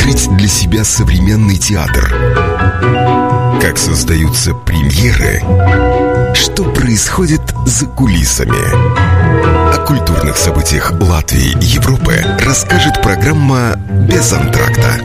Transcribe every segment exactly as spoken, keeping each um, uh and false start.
открыть для себя современный театр? Как создаются премьеры? Что происходит за кулисами? О культурных событиях Латвии и Европы расскажет программа «Без антракта».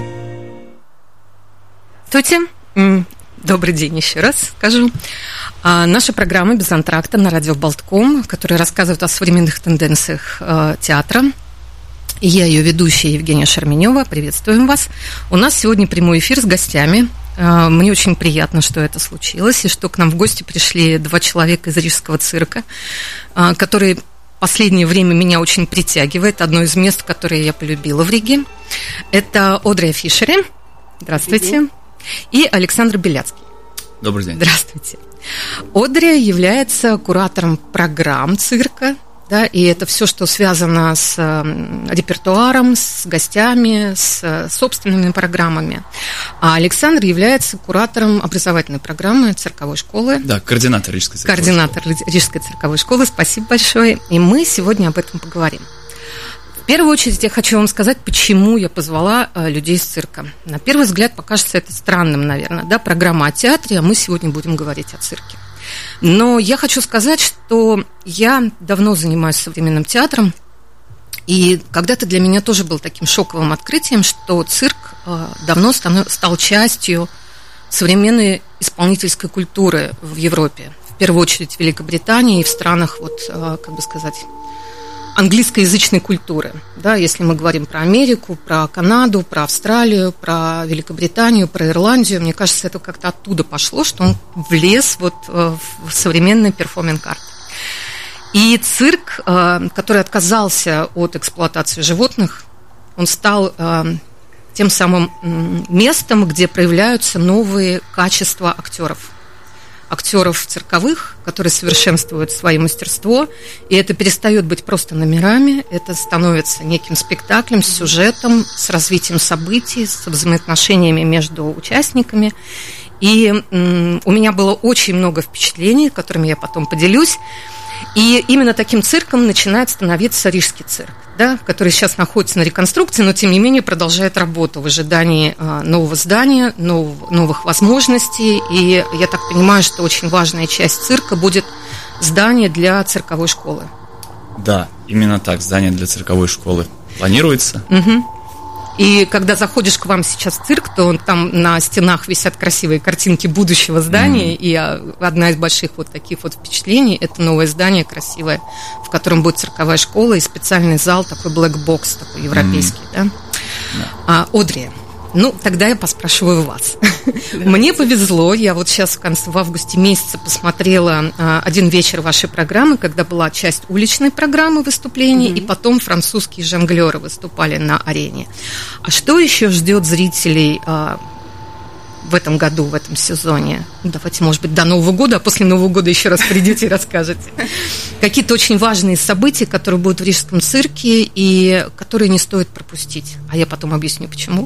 Здравствуйте. Добрый день еще раз скажу. А наша программа «Без антракта» на радио Болтком, которая рассказывает о современных тенденциях э, театра. И я ее ведущая Евгения Шерменева. Приветствуем вас. У нас сегодня прямой эфир с гостями. Э, мне очень приятно, что это случилось, и что к нам в гости пришли два человека из Рижского цирка, э, которые в последнее время меня очень притягивает. Одно из мест, которые я полюбила в Риге. Это Одрия Фишере. Здравствуйте. И Александр Беляцкий. Добрый день. Здравствуйте. Одрия является куратором программ цирка, да, и это все, что связано с э, репертуаром, с гостями, с э, собственными программами. А Александр является куратором образовательной программы цирковой школы. Да, координатор Рижской цирковой координатор школы. Рижской цирковой школы. Спасибо большое. И мы сегодня об этом поговорим. В первую очередь я хочу вам сказать, почему я позвала э, людей из цирка. На первый взгляд покажется это странным, наверное, да, программа о театре, а мы сегодня будем говорить о цирке. Но я хочу сказать, что я давно занимаюсь современным театром, и когда-то для меня тоже был таким шоковым открытием, что цирк э, давно стал частью современной исполнительской культуры в Европе, в первую очередь в Великобритании и в странах, вот, э, как бы сказать, английскоязычной культуры, да, если мы говорим про Америку, про Канаду, про Австралию, про Великобританию, про Ирландию, мне кажется, это как-то оттуда пошло, что он влез вот в современный перформинг-арт. И цирк, который отказался от эксплуатации животных, он стал тем самым местом, где проявляются новые качества актеров. актеров цирковых, которые совершенствуют свое мастерство, и это перестает быть просто номерами, это становится неким спектаклем с сюжетом, с развитием событий, с взаимоотношениями между участниками. И м, у меня было очень много впечатлений, которыми я потом поделюсь. И именно таким цирком начинает становиться Рижский цирк, да, который сейчас находится на реконструкции, но тем не менее продолжает работу в ожидании э, нового здания, нового, новых возможностей. И я так понимаю, что очень важная часть цирка будет здание для цирковой школы. Да, именно так, здание для цирковой школы планируется. Угу. И когда заходишь к вам сейчас в цирк, то там на стенах висят красивые картинки будущего здания, mm. и одна из больших вот таких вот впечатлений – это новое здание красивое, в котором будет цирковая школа и специальный зал, такой блэк-бокс, такой европейский, mm. да? Yeah. А, Одрия, ну, тогда я поспрашиваю вас. Мне повезло, я вот сейчас в конце, в августе месяце посмотрела а, один вечер вашей программы, когда была часть уличной программы выступлений, mm-hmm. и потом французские жонглеры выступали на арене. А что еще ждет зрителей а, в этом году, в этом сезоне? Ну, давайте, может быть, до Нового года, а после Нового года еще раз придете и расскажете. Какие-то очень важные события, которые будут в Рижском цирке и которые не стоит пропустить. А я потом объясню, почему.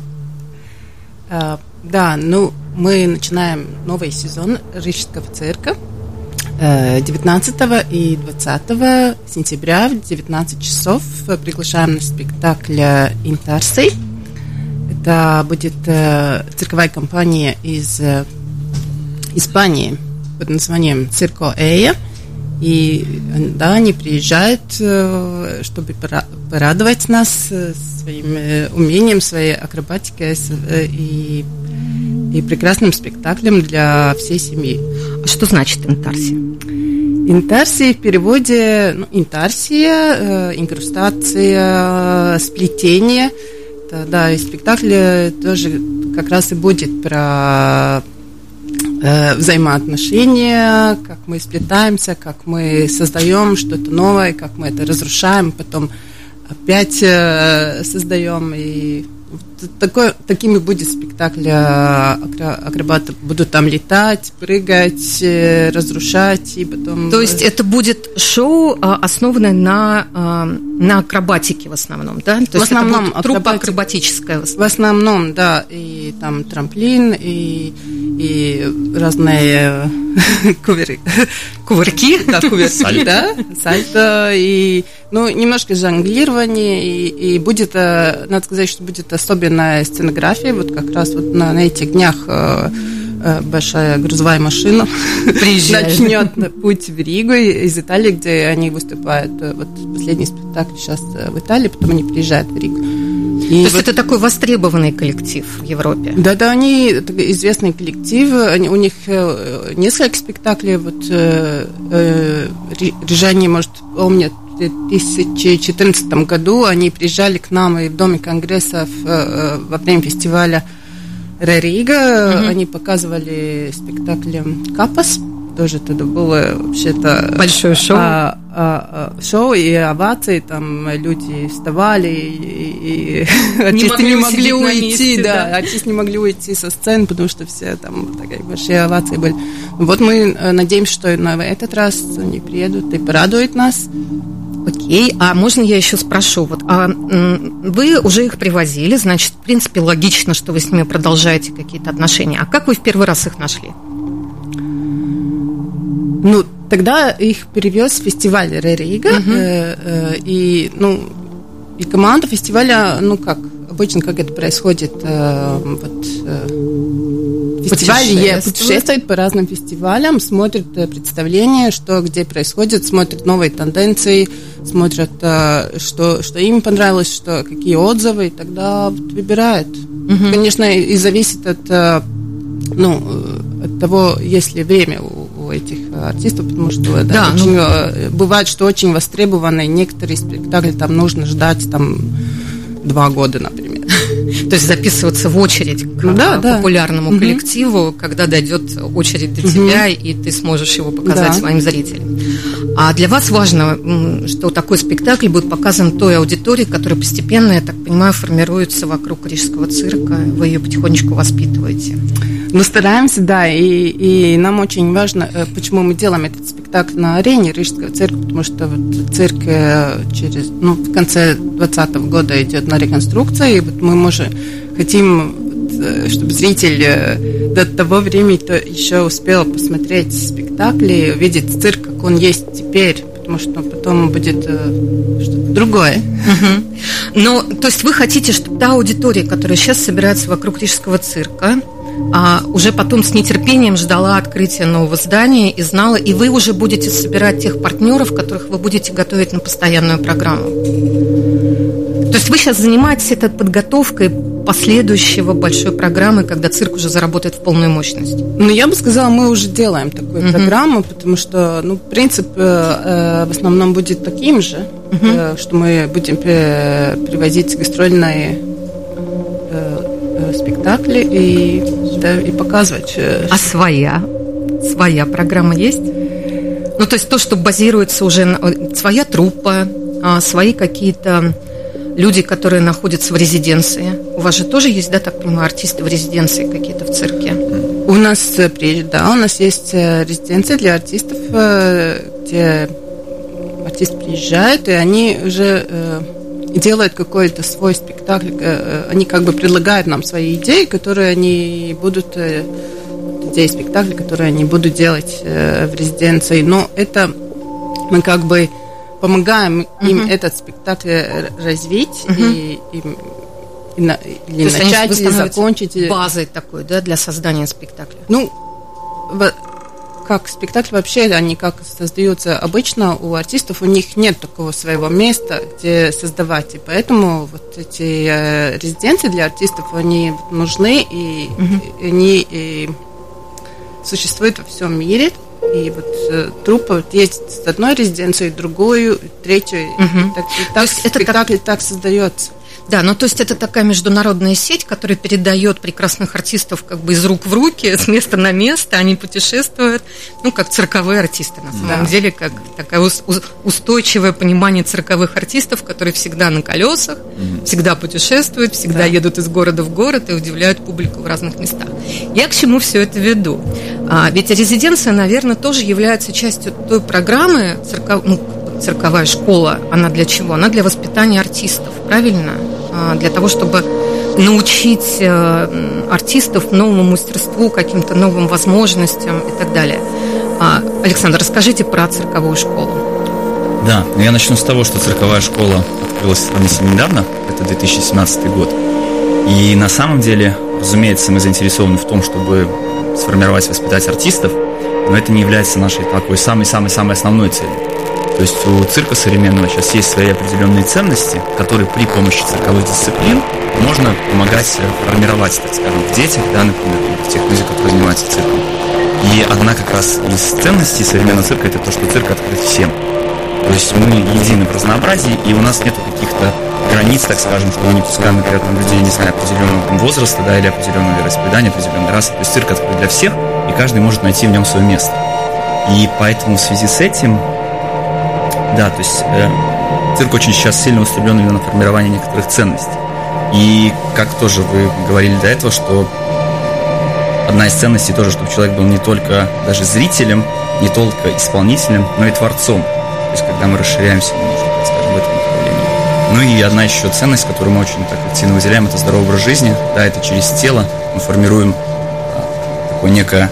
Uh, да, ну, мы начинаем новый сезон Рижского цирка uh, девятнадцатого и двадцатого сентября в девятнадцать часов. Приглашаем на спектакль «Интарси». Это будет uh, цирковая компания из uh, Испании под названием «Цирко Эя». И да, они приезжают, чтобы порадовать нас своим умением, своей акробатикой и, и прекрасным спектаклем для всей семьи. А что значит интарси? Интарси в переводе, ну, интарсия, инкрустация, сплетение. Это, да, и спектакль тоже как раз и будет про взаимоотношения, как мы сплетаемся, как мы создаем что-то новое, как мы это разрушаем, потом опять создаем. И такой, такими будет спектакль. Акробаты будут там летать, прыгать, разрушать и потом... То есть это будет шоу, основанное на, на акробатике в основном, да? То в есть основном это будет труппа акробатическая. В основном, да, и там трамплин, и, и разные кувырки. Кувырки? Да, кувырки, да, сальто, и, ну, немножко жонглирование, и, и будет, надо сказать, что будет особенная сценография, вот как раз вот на, на этих днях большая грузовая машина начнет путь в Ригу из Италии, где они выступают. Вот последний спектакль сейчас в Италии, потом они приезжают в Ригу. И То есть вот это такой востребованный коллектив в Европе? Да-да, они известные коллективы, они, у них несколько спектаклей. Вот э, э, рижане, может, помнят, в две тысячи четырнадцатом году они приезжали к нам и в Доме конгрессов э, во время фестиваля Рига, uh-huh. они показывали спектакль «Капас», тоже тогда было вообще-то большое шоу, а, а, а, шоу и овации, там люди вставали, и, и артисты не могли уйти, месте, да, да, артисты не могли уйти со сцены, потому что все там такие большие овации были. Вот мы надеемся, что на этот раз они приедут и порадуют нас. Окей, а можно я еще спрошу, вот, а вы уже их привозили, значит, в принципе, логично, что вы с ними продолжаете какие-то отношения. А как вы в первый раз их нашли? Ну, тогда их перевез фестиваль Рига, uh-huh. э, э, и, ну, и команда фестиваля, ну, как, обычно, как это происходит, э, вот, э, фестиваль путешествует по разным фестивалям, смотрит представления, что где происходит, смотрит новые тенденции, смотрят, что, что им понравилось, что, какие отзывы, и тогда вот выбирают. Uh-huh. Конечно, и зависит от, ну, от того, есть ли время у, у этих артистов, потому что да, да, очень, ну... бывает, что очень востребованные некоторые спектакли там нужно ждать там два года, например. То есть записываться в очередь к да, популярному да. коллективу, угу. когда дойдет очередь до угу. тебя, и ты сможешь его показать да. своим зрителям. А для вас важно, что такой спектакль будет показан той аудитории, которая постепенно, я так понимаю, формируется вокруг Рижского цирка. Вы ее потихонечку воспитываете. Ну, стараемся, да, и, и нам очень важно, почему мы делаем этот спектакль на арене Рижского цирка, потому что вот цирк через, ну, в конце двадцатого года идет на реконструкцию, и вот мы можем, хотим, чтобы зритель до того времени то еще успел посмотреть спектакли, увидеть цирк, как он есть теперь, потому что потом будет что-то другое. Угу. Ну, то есть вы хотите, чтобы та аудитория, которая сейчас собирается вокруг Рижского цирка, а уже потом с нетерпением ждала открытия нового здания и знала, и вы уже будете собирать тех партнеров, которых вы будете готовить на постоянную программу. То есть вы сейчас занимаетесь этой подготовкой последующего большой программы, когда цирк уже заработает в полную мощность? Ну, я бы сказала, мы уже делаем такую uh-huh. программу, потому что, ну, принцип э, в основном будет таким же, uh-huh. э, что мы будем э, привозить гастрольные э, спектакли и, да, и показывать. А своя? Своя программа есть? Ну, то есть то, что базируется уже на... Своя труппа, свои какие-то люди, которые находятся в резиденции. У вас же тоже есть, да, так понимаю, артисты в резиденции какие-то в цирке? У нас, да, у нас есть резиденция для артистов, где артист приезжает, и они уже... делают какой-то свой спектакль, они как бы предлагают нам свои идеи, которые они будут, идеи спектакля, которые они будут делать в резиденции, но это мы как бы помогаем uh-huh. им этот спектакль развить uh-huh. и, и, и, на, или начать, и закончить. Базой такой, да, для создания спектакля? Ну, в, как спектакль вообще, они как создаются обычно у артистов, у них нет такого своего места, где создавать, и поэтому вот эти э, резиденции для артистов, они нужны, и, uh-huh. и они и существуют во всем мире, и вот э, труппа вот есть с одной резиденцией, другую, третью, uh-huh. и так, и так спектакль так... так создается. Да, ну то есть это такая международная сеть, которая передает прекрасных артистов как бы из рук в руки, с места на место, они путешествуют, ну как цирковые артисты на самом да. деле, как такое устойчивое понимание цирковых артистов, которые всегда на колесах, mm-hmm. всегда путешествуют, всегда да. едут из города в город и удивляют публику в разных местах. Я к чему все это веду? А, ведь резиденция, наверное, тоже является частью той программы цирков... ну, цирковая школа, она для чего? Она для воспитания артистов, правильно? Для того, чтобы научить артистов новому мастерству, каким-то новым возможностям и так далее. Александр, расскажите про цирковую школу. Да, я начну с того, что цирковая школа открылась сравнительно недавно, это две тысячи семнадцатый год. И на самом деле, разумеется, мы заинтересованы в том, чтобы сформировать, воспитать артистов, но это не является нашей такой самой-самой-самой основной целью. То есть у цирка современного сейчас есть свои определенные ценности, которые при помощи цирковых дисциплин можно помогать формировать, так скажем, в детях, да, например, в тех людях, которые занимаются цирком. И одна как раз из ценностей современного цирка – это то, что цирк открыт всем. То есть мы едины в разнообразии, и у нас нет каких-то границ, так скажем, что мы не пускаем, например, там, людей, не знаю, определенного возраста, да, или определенного вероисповедания, определенной расы. То есть цирк открыт для всех, и каждый может найти в нем свое место. И поэтому в связи с этим, да, то есть э, цирк очень сейчас сильно устремлен именно на формирование некоторых ценностей. И как тоже вы говорили до этого, что одна из ценностей тоже, чтобы человек был не только даже зрителем, не только исполнителем, но и творцом. То есть когда мы расширяемся немножко, так скажем, в этом направлении. Ну и одна еще ценность, которую мы очень так активно выделяем, это здоровый образ жизни. Да, это через тело мы формируем а, такое некое,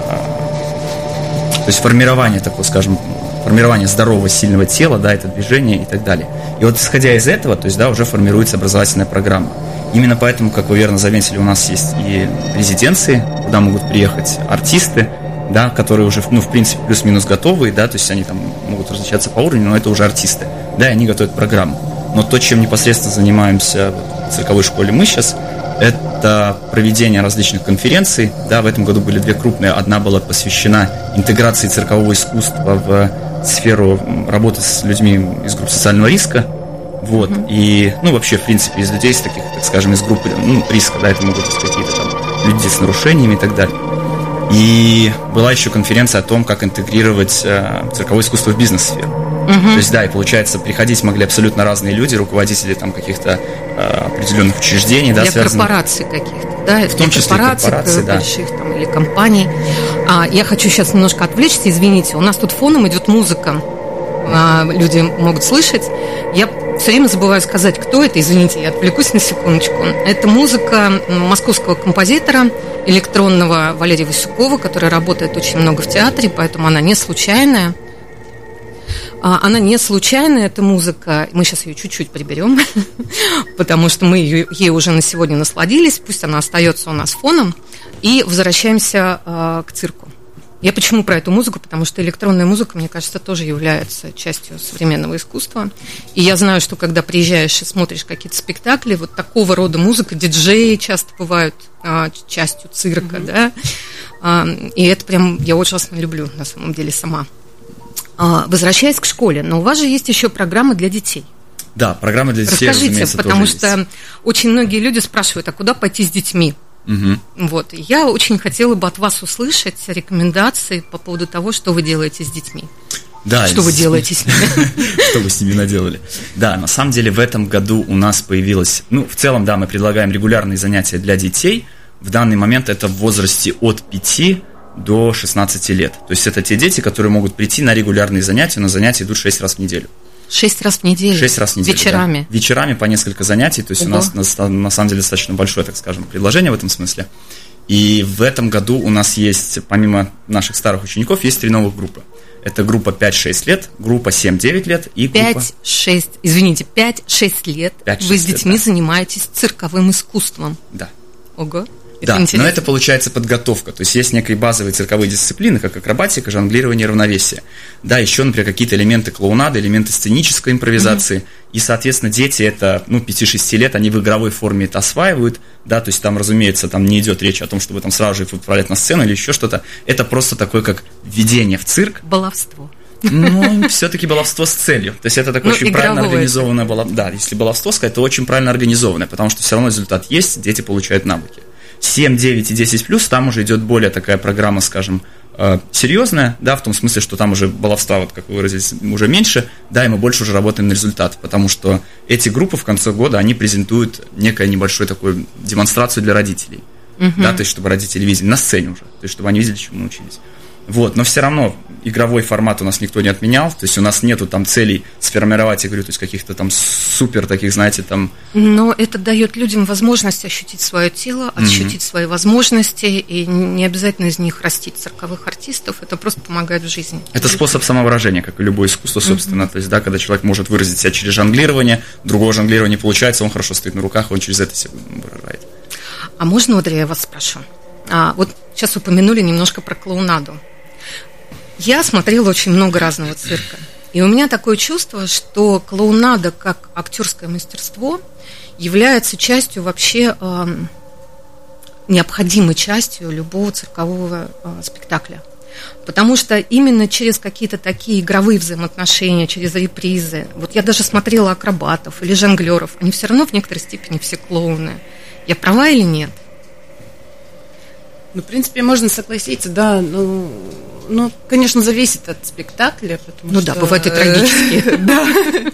а, то есть формирование такое, скажем, формирование здорового, сильного тела, да, это движение и так далее. И вот исходя из этого, то есть, да, уже формируется образовательная программа. Именно поэтому, как вы верно заметили, у нас есть и резиденции, куда могут приехать артисты, да, которые уже, ну, в принципе, плюс-минус готовые, да, то есть они там могут различаться по уровню, но это уже артисты, да, и они готовят программу. Но то, чем непосредственно занимаемся в цирковой школе мы сейчас, это проведение различных конференций, да, в этом году были две крупные, одна была посвящена интеграции циркового искусства в сферу работы с людьми из групп социального риска, вот, mm-hmm. и, ну, вообще, в принципе, из людей, из таких, так скажем, из группы, ну, риска, да, это могут быть какие-то там люди с нарушениями и так далее. И была еще конференция о том, как интегрировать э, цирковое искусство в бизнес-сферу. Mm-hmm. То есть, да, и получается, приходить могли абсолютно разные люди, руководители там каких-то э, определенных учреждений, да, для связанных... корпораций каких-то, да, в том числе корпораций, корпорации, да. больших там, или компаний. А, я хочу сейчас немножко отвлечься, извините, у нас тут фоном идет музыка, а, люди могут слышать. Я все время забываю сказать, кто это, извините, я отвлекусь на секундочку. Это музыка московского композитора электронного Валерия Васюкова, который работает очень много в театре, поэтому она не случайная. Она не случайная, эта музыка. Мы сейчас ее чуть-чуть приберем, потому что мы ее, ей уже на сегодня насладились. Пусть она остается у нас фоном. И возвращаемся к цирку. Я почему про эту музыку? Потому что электронная музыка, мне кажется, тоже является частью современного искусства. И я знаю, что когда приезжаешь и смотришь какие-то спектакли, вот такого рода музыка, диджеи часто бывают а, частью цирка, mm-hmm. да. А, и это прям я ужасно люблю, на самом деле, сама. А, возвращаясь к школе, но у вас же есть еще программы для детей. Да, программы для детей, расскажите, потому тоже что есть. Очень многие люди спрашивают, а куда пойти с детьми? Угу. Вот. Я очень хотела бы от вас услышать рекомендации по поводу того, что вы делаете с детьми. Да, что вы делаете с ними? Что вы с ними наделали. Да, на самом деле в этом году у нас появилось... Ну, в целом, да, мы предлагаем регулярные занятия для детей. В данный момент это в возрасте от пяти до шестнадцати лет. То есть это те дети, которые могут прийти на регулярные занятия, но занятия идут шесть раз в неделю. Шесть раз в неделю? Шесть раз в неделю, вечерами? Да. Вечерами по несколько занятий. То есть Ого. У нас на, на самом деле достаточно большое, так скажем, предложение в этом смысле. И в этом году у нас есть, помимо наших старых учеников, есть три новых группы. Это группа пять-шесть лет, группа семь-девять лет и группа... пять-шесть, извините, пять-шесть лет вы с детьми лет, да. занимаетесь цирковым искусством. Да. Ого. Это да, интересно. Но это получается подготовка. То есть есть некие базовые цирковые дисциплины, как акробатика, жонглирование, равновесие. Да, еще, например, какие-то элементы клоунады, элементы сценической импровизации. Mm-hmm. И, соответственно, дети это, ну, пяти-шести лет, они в игровой форме это осваивают. Да, то есть там, разумеется, там не идет речь о том, чтобы там сразу же их отправлять на сцену или еще что-то. Это просто такое, как введение в цирк. Баловство. Ну, все-таки баловство с целью. То есть это такое ну, очень правильно организованное баловство. Да, если баловство сказать, то очень правильно организованное, потому что все равно результат есть, дети получают навыки. семь, девять и десять плюс, там уже идет более такая программа, скажем, э, серьезная, да, в том смысле, что там уже баловства, вот как вы выразились, уже меньше, да, и мы больше уже работаем на результат, потому что эти группы в конце года, они презентуют некую небольшую такую демонстрацию для родителей, uh-huh. да, то есть чтобы родители видели на сцене уже, то есть чтобы они видели, чему мы научились. Вот, но все равно игровой формат у нас никто не отменял, то есть у нас нету там целей сформировать игру, то есть каких-то там супер таких, знаете, там... Но это дает людям возможность ощутить свое тело, ощутить mm-hmm. свои возможности, и не обязательно из них растить цирковых артистов, это просто помогает в жизни. Это способ самовыражения, как и любое искусство, собственно, mm-hmm. то есть, да, когда человек может выразить себя через жонглирование, другого жонглирования не получается, он хорошо стоит на руках, он через это себя выражает. А можно, Одри, я вас спрошу? А, вот сейчас упомянули немножко про клоунаду. Я смотрела очень много разного цирка. И у меня такое чувство, что клоунада как актерское мастерство является частью вообще э, необходимой частью любого циркового э, спектакля. Потому что именно через какие-то такие игровые взаимоотношения, через репризы, вот я даже смотрела акробатов или жонглеров, они все равно в некоторой степени все клоуны. Я права или нет? Ну, в принципе, можно согласиться, да, ну... Ну, конечно, зависит от спектакля, потому ну, что... Ну да, бывают и трагические. Да.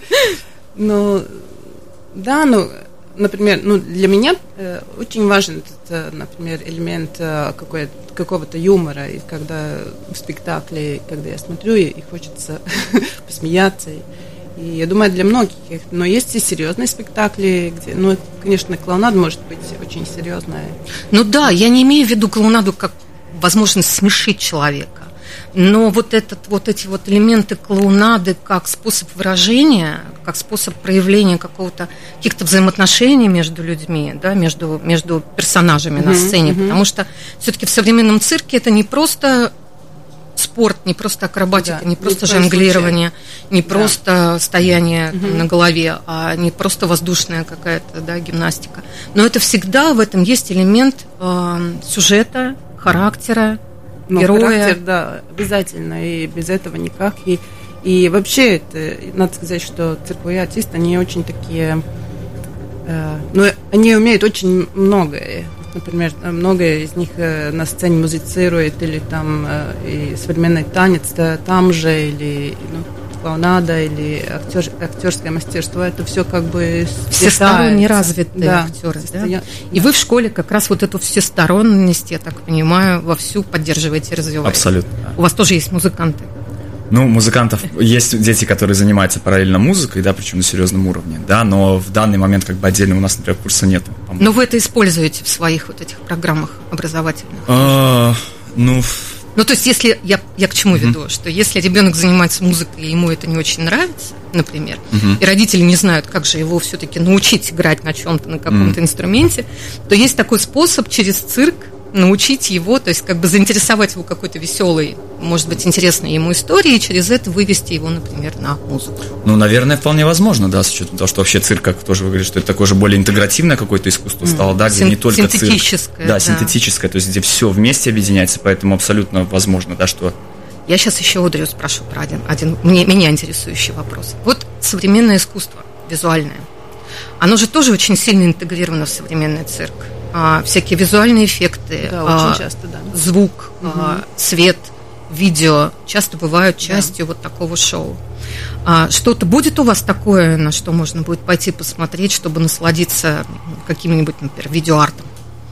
Ну, да, ну, например, ну, для меня очень важен этот, например, элемент какого-то юмора, и когда в спектакле, когда я смотрю, и хочется посмеяться, и я думаю, для многих, но есть и серьезные спектакли, где, ну, конечно, клоунада может быть очень серьезная. Ну да, я не имею в виду клоунаду как возможность смешить человека. Но вот, этот, вот эти вот элементы клоунады как способ выражения, как способ проявления какого-то, каких-то взаимоотношений между людьми, да, между, между персонажами mm-hmm, на сцене, mm-hmm. потому что все-таки в современном цирке это не просто спорт, не просто акробатика, да, не просто жонглирование, не да. просто стояние mm-hmm. там, на голове, а не просто воздушная какая-то, да, гимнастика. Но это всегда, в этом есть элемент э, сюжета, характера, ну, героя. Характер, да, обязательно, и без этого никак. И, и вообще, это, надо сказать, что цирковые артисты, они очень такие, э, ну, они умеют очень многое. Например, многое из них э, на сцене музицирует, или там э, и современный танец да, там же, или ну, клоунада, или актер, актерское мастерство, это все как бы всесторонне развитые да, актеры, да? Да. И вы в школе как раз вот эту всесторонность, я так понимаю, вовсю поддерживаете и развиваете. Абсолютно. У вас тоже есть музыканты? Ну, музыкантов, есть дети, которые занимаются параллельно музыкой, да, причем на серьезном уровне, да, но в данный момент как бы отдельно у нас, например, курса нет. Но вы это используете в своих вот этих программах образовательных? А, ну... Ну, то есть, если я, я к чему веду, mm-hmm. что если ребенок занимается музыкой, и ему это не очень нравится, например, mm-hmm. и родители не знают, как же его все-таки научить играть на чем-то, на каком-то mm-hmm. инструменте, то есть такой способ через цирк научить его, то есть как бы заинтересовать его какой-то веселой, может быть, интересной ему историей, и через это вывести его, например, на музыку. Ну, наверное, вполне возможно, да, с учетом того, что вообще цирк, как тоже вы говорите, что это такое же более интегративное какое-то искусство стало, да, где Син- не только цирк. Синтетическое. Да, да, синтетическое, то есть где все вместе объединяется, поэтому абсолютно возможно, да, что... Я сейчас еще Одрию спрошу про один, один мне, меня интересующий вопрос. Вот современное искусство, визуальное, оно же тоже очень сильно интегрировано в современный цирк. А, всякие визуальные эффекты, да, а, очень часто, да. звук, угу. а, свет, видео часто бывают частью да. вот такого шоу. А, что-то будет у вас такое, на что можно будет пойти посмотреть, чтобы насладиться каким-нибудь, например, видеоартом?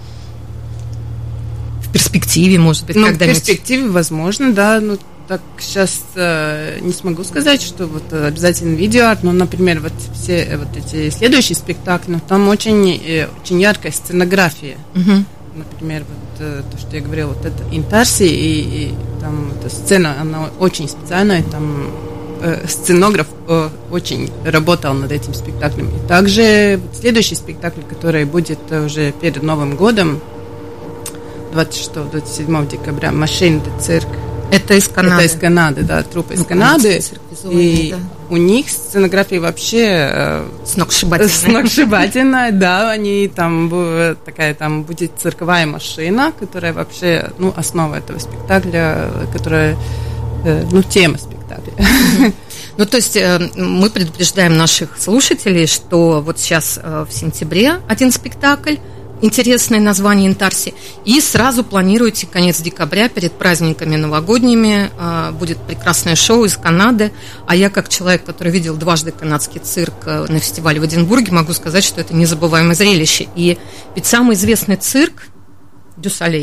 В перспективе, может быть, ну, когда-нибудь? В перспективе, возможно, да. Ну, так сейчас э, не смогу сказать, что вот обязательно видеоарт, но, например, вот все вот эти следующие спектакли, ну, там очень, э, очень яркая сценография. Угу. Например, вот э, то, что я говорила, вот это Интарси, и, и там эта сцена, она очень специальная, там э, сценограф э, очень работал над этим спектаклем. И также вот следующий спектакль, который будет уже перед Новым годом, двадцать шестого - двадцать седьмого декабря, «Машин де цирк». Это из Канады. Это из Канады, да, труппа из ну, Канады. И да. у них сценография вообще э, сногсшибательная. Сногсшибательная, да. Они там такая там будет цирковая машина, которая вообще, ну, основа этого спектакля, которая, э, ну, тема спектакля. Ну, то есть мы предупреждаем наших слушателей, что вот сейчас в сентябре один спектакль, интересное название «Интарси», и сразу планируете конец декабря, перед праздниками новогодними, будет прекрасное шоу из Канады, а я, как человек, который видел дважды канадский цирк на фестивале в Эдинбурге, могу сказать, что это незабываемое зрелище. И ведь самый известный цирк «Дю Солей»,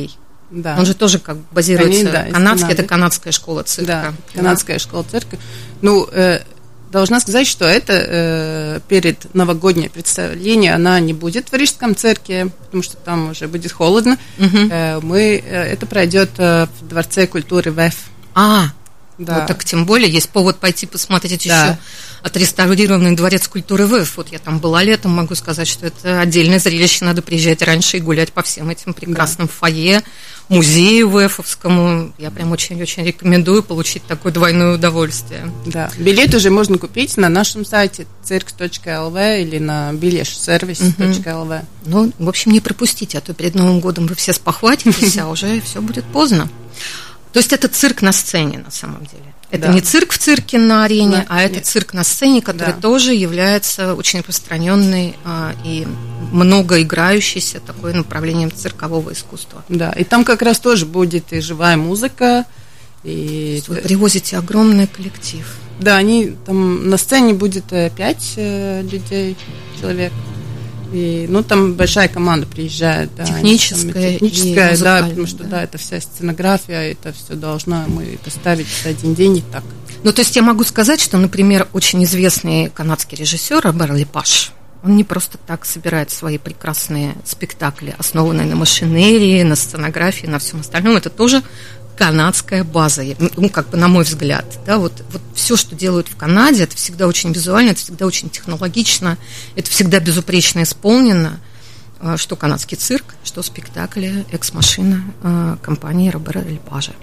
Да. Он же тоже как бы базируется, Они, да, канадский, это канадская школа цирка. Да, канадская да. школа цирка. Ну, э, должна сказать, что это э, перед новогоднее представление, она не будет в Рижском цирке, потому что там уже будет холодно. Угу. Э, мы, э, это пройдет э, в Дворце культуры ВЭФ. А, да. Вот так тем более есть повод пойти посмотреть да. еще отреставрированный Дворец культуры ВЭФ. Вот я там была летом, могу сказать, что это отдельное зрелище, надо приезжать раньше и гулять по всем этим прекрасным да. фойе, музею ВЭФовскому. Я прям очень-очень рекомендую получить такое двойное удовольствие. Да, билет уже можно купить на нашем сайте цирк точка эл ви или на билеш-сервис точка эл ви. Ну, в общем, не пропустите, а то перед Новым годом вы все спохватитесь, а уже все будет поздно. То есть это цирк на сцене, на самом деле. Это да. не цирк в цирке на арене, да, а это нет. цирк на сцене, который да. тоже является очень распространенной а, и много играющейся такой направлением циркового искусства. Да, и там как раз тоже будет и живая музыка. И... Вы привозите огромный коллектив. Да, они там на сцене будет пять э, людей, человек. И, ну, там большая команда приезжает. Да, техническая, там, техническая, да, потому что, да. да, это вся сценография, это все должно мы поставить за один день и так. Ну, то есть я могу сказать, что, например, очень известный канадский режиссер Робер Лепаш, он не просто так собирает свои прекрасные спектакли, основанные на машинерии, на сценографии, на всем остальном. Это тоже канадская база, ну, как бы на мой взгляд, да, вот, вот все, что делают в Канаде, это всегда очень визуально, это всегда очень технологично, это всегда безупречно исполнено, что канадский цирк, что спектакли «Экс-машина» компании Робера Лепажа.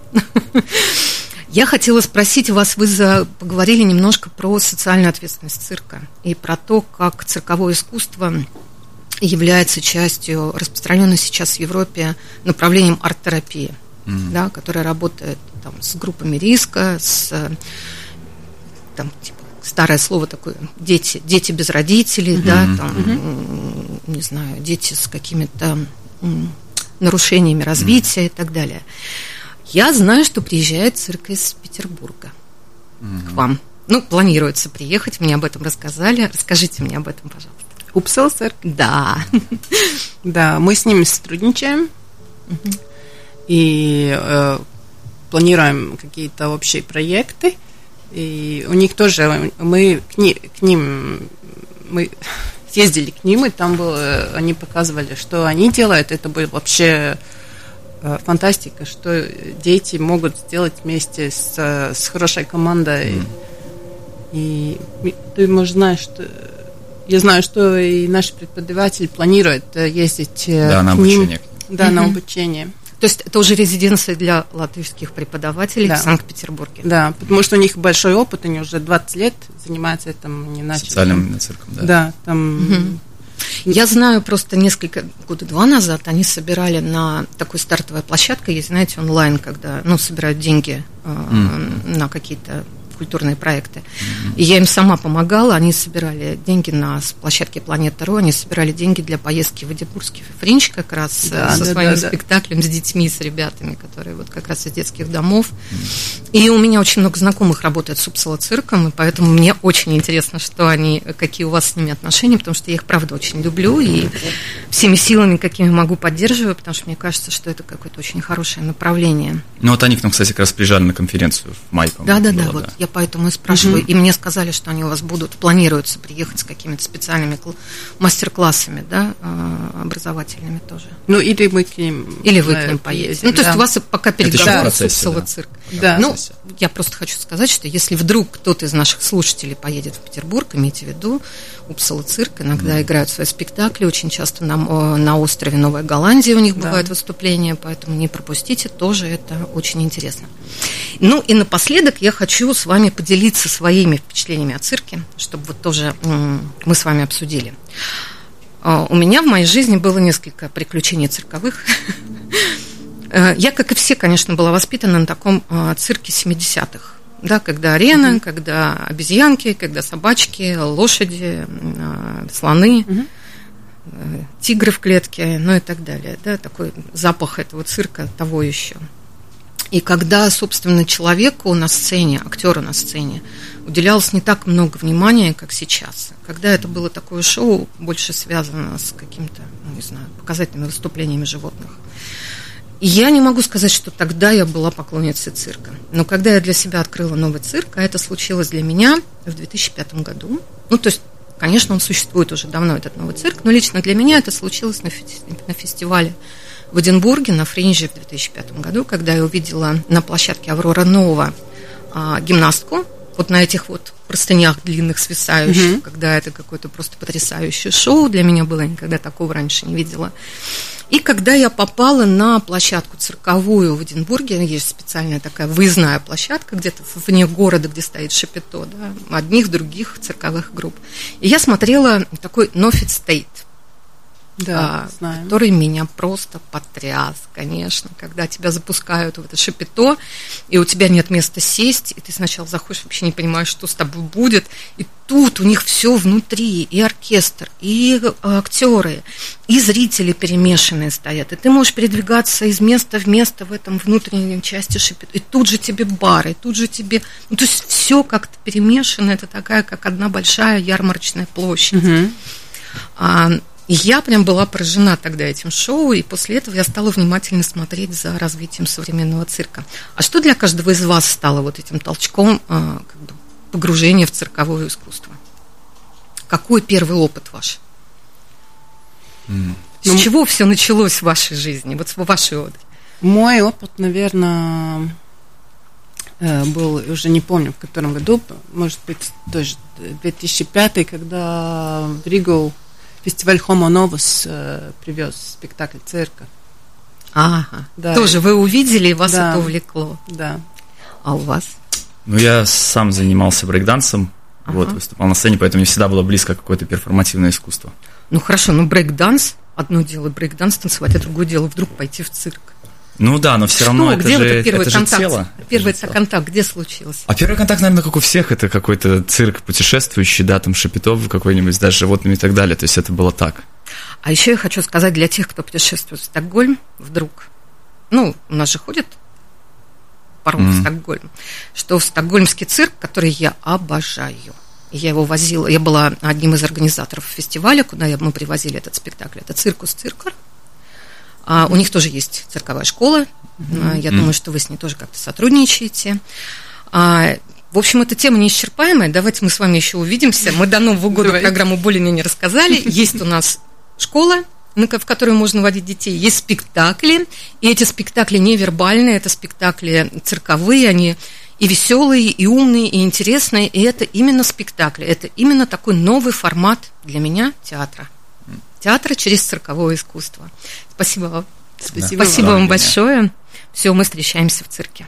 Я хотела спросить вас, вы за, поговорили немножко про социальную ответственность цирка и про то, как цирковое искусство является частью распространенной сейчас в Европе направлением арт-терапии. Mm-hmm. Да, которая работает там, с группами риска, с там, типа, старое слово такое, дети, дети без родителей, mm-hmm. да, там, mm-hmm. не знаю, дети с какими-то м, нарушениями развития mm-hmm. и так далее. Я знаю, что приезжает цирк из Петербурга mm-hmm. к вам. Ну, планируется приехать, мне об этом рассказали. Расскажите мне об этом, пожалуйста. Упсал цирк? Да. Да, мы с ними сотрудничаем. Mm-hmm. И э, планируем какие-то общие проекты. И у них тоже, мы к, ни, к ним, мы съездили к ним, и там было, они показывали, что они делают. Это было вообще э, фантастика, что дети могут сделать вместе с, с хорошей командой. Mm. И, и ты, может, знаешь, что... Я знаю, что и наш преподаватель планирует ездить да, к на ним. Обучение. Да, mm-hmm. на обучение. То есть это уже резиденция для латышских преподавателей да. в Санкт-Петербурге. Да, потому что у них большой опыт, они уже двадцать лет занимаются этим, не начали. Социальным цирком, да. Да, там... Угу. Я знаю, просто несколько, года два назад они собирали на такой стартовой площадке, есть, знаете, онлайн, когда, ну, собирают деньги э, mm. на какие-то культурные проекты. Mm-hmm. И я им сама помогала, они собирали деньги на площадке Планета Ру, они собирали деньги для поездки в Эдинбургский фринж как раз да, со да, своим да, спектаклем да. с детьми, с ребятами, которые вот как раз из детских домов. Mm-hmm. И у меня очень много знакомых работает с Упсала цирком, и поэтому мне очень интересно, что они, какие у вас с ними отношения, потому что я их, правда, очень люблю, и всеми силами, какими могу, поддерживаю, потому что мне кажется, что это какое-то очень хорошее направление. Ну вот они к нам, кстати, как раз приезжали на конференцию в мае, по-моему. Да-да-да, вот я поэтому и спрашиваю. Mm-hmm. И мне сказали, что они у вас будут, планируются приехать с какими-то специальными мастер-классами, да, образовательными тоже. Ну, или мы к ним Или вы к ним поедете. Ну, то да. есть у вас пока переговоры с Упсала цирк. Да. Ну, я просто хочу сказать, что если вдруг кто-то из наших слушателей поедет в Петербург, имейте в виду, Упсала цирк иногда mm-hmm. играют свои спектакли, очень часто на, на острове Новая Голландия у них да. бывают выступления, поэтому не пропустите, тоже это очень интересно. Ну, и напоследок я хочу с вами поделиться своими впечатлениями о цирке, чтобы вот тоже мы с вами обсудили. У меня в моей жизни было несколько приключений цирковых. Я, как и все, конечно, была воспитана на таком цирке семидесятых. Да, когда арена, mm-hmm. когда обезьянки, когда собачки, лошади, слоны, mm-hmm. тигры в клетке, ну и так далее. Да, такой запах этого цирка того еще. И когда, собственно, человеку на сцене, актеру на сцене уделялось не так много внимания, как сейчас. Когда это было такое шоу, больше связано с какими-то, ну, не знаю, показательными выступлениями животных. Я не могу сказать, что тогда я была поклонницей цирка. Но когда я для себя открыла новый цирк, а это случилось для меня в две тысячи пятом году, ну, то есть, конечно, он существует уже давно, этот новый цирк, но лично для меня это случилось на, фести- на фестивале в Эдинбурге, на Фринже в две тысячи пятом году, когда я увидела на площадке Аврора Нова а, гимнастку, вот на этих вот простынях длинных, свисающих, mm-hmm. когда это какое-то просто потрясающее шоу для меня было, я никогда такого раньше не видела. И когда я попала на площадку цирковую в Эдинбурге, есть специальная такая выездная площадка где-то вне города, где стоит шапито, да, одних, других цирковых групп. И я смотрела такой No Fit State, да, а, который меня просто потряс, конечно, когда тебя запускают в это шапито, и у тебя нет места сесть, и ты сначала заходишь, вообще не понимаешь, что с тобой будет, и тут у них все внутри, и оркестр, и актеры, и зрители перемешанные стоят, и ты можешь передвигаться из места в место в этом внутренней части шапито, и тут же тебе бар, и тут же тебе, ну, то есть все как-то перемешано, это такая, как одна большая ярмарочная площадь. Mm-hmm. А, И я прям была поражена тогда этим шоу, и после этого я стала внимательно смотреть за развитием современного цирка. А что для каждого из вас стало вот этим толчком как бы, погружения в цирковое искусство? Какой первый опыт ваш? Mm. С ну, чего все началось в вашей жизни, вот в вашей отдыхе? Мой опыт, наверное, был, уже не помню, в котором году, может быть, тоже две тысячи пятый, когда в Ригу фестиваль Homo Novus э, привез спектакль цирка. Ага. Да. Тоже вы увидели, и вас да. это увлекло. Да. А у вас? Ну, я сам занимался брейк-дансом, ага. вот, выступал на сцене, поэтому мне всегда было близко какое-то перформативное искусство. Ну, хорошо, ну, брейк-данс, одно дело брейк-данс танцевать, а другое дело вдруг пойти в цирк. Ну да, но все равно это где же, вот первый это контакт? же тело. Первый это же контакт где случился? А первый контакт, наверное, как у всех, это какой-то цирк путешествующий, да, там Шапито какой-нибудь, да, с животными и так далее, то есть это было так. А еще я хочу сказать для тех, кто путешествует в Стокгольм вдруг, ну, у нас же ходит паром mm-hmm. в Стокгольм, что в стокгольмский цирк, который я обожаю, я его возила, я была одним из организаторов фестиваля, куда мы привозили этот спектакль, это «Циркус Циркар». А у них тоже есть цирковая школа. Mm-hmm. Я mm-hmm. думаю, что вы с ней тоже как-то сотрудничаете. А, в общем, эта тема неисчерпаемая. Давайте мы с вами еще увидимся. Мы до Нового года Давай. программу более-менее рассказали. Есть у нас школа, в которую можно водить детей. Есть спектакли. И эти спектакли невербальные. Это спектакли цирковые. Они и веселые, и умные, и интересные. И это именно спектакли. Это именно такой новый формат для меня театра. Театра через цирковое искусство. Спасибо вам. Спасибо, Спасибо вам большое. Все, мы встречаемся в цирке.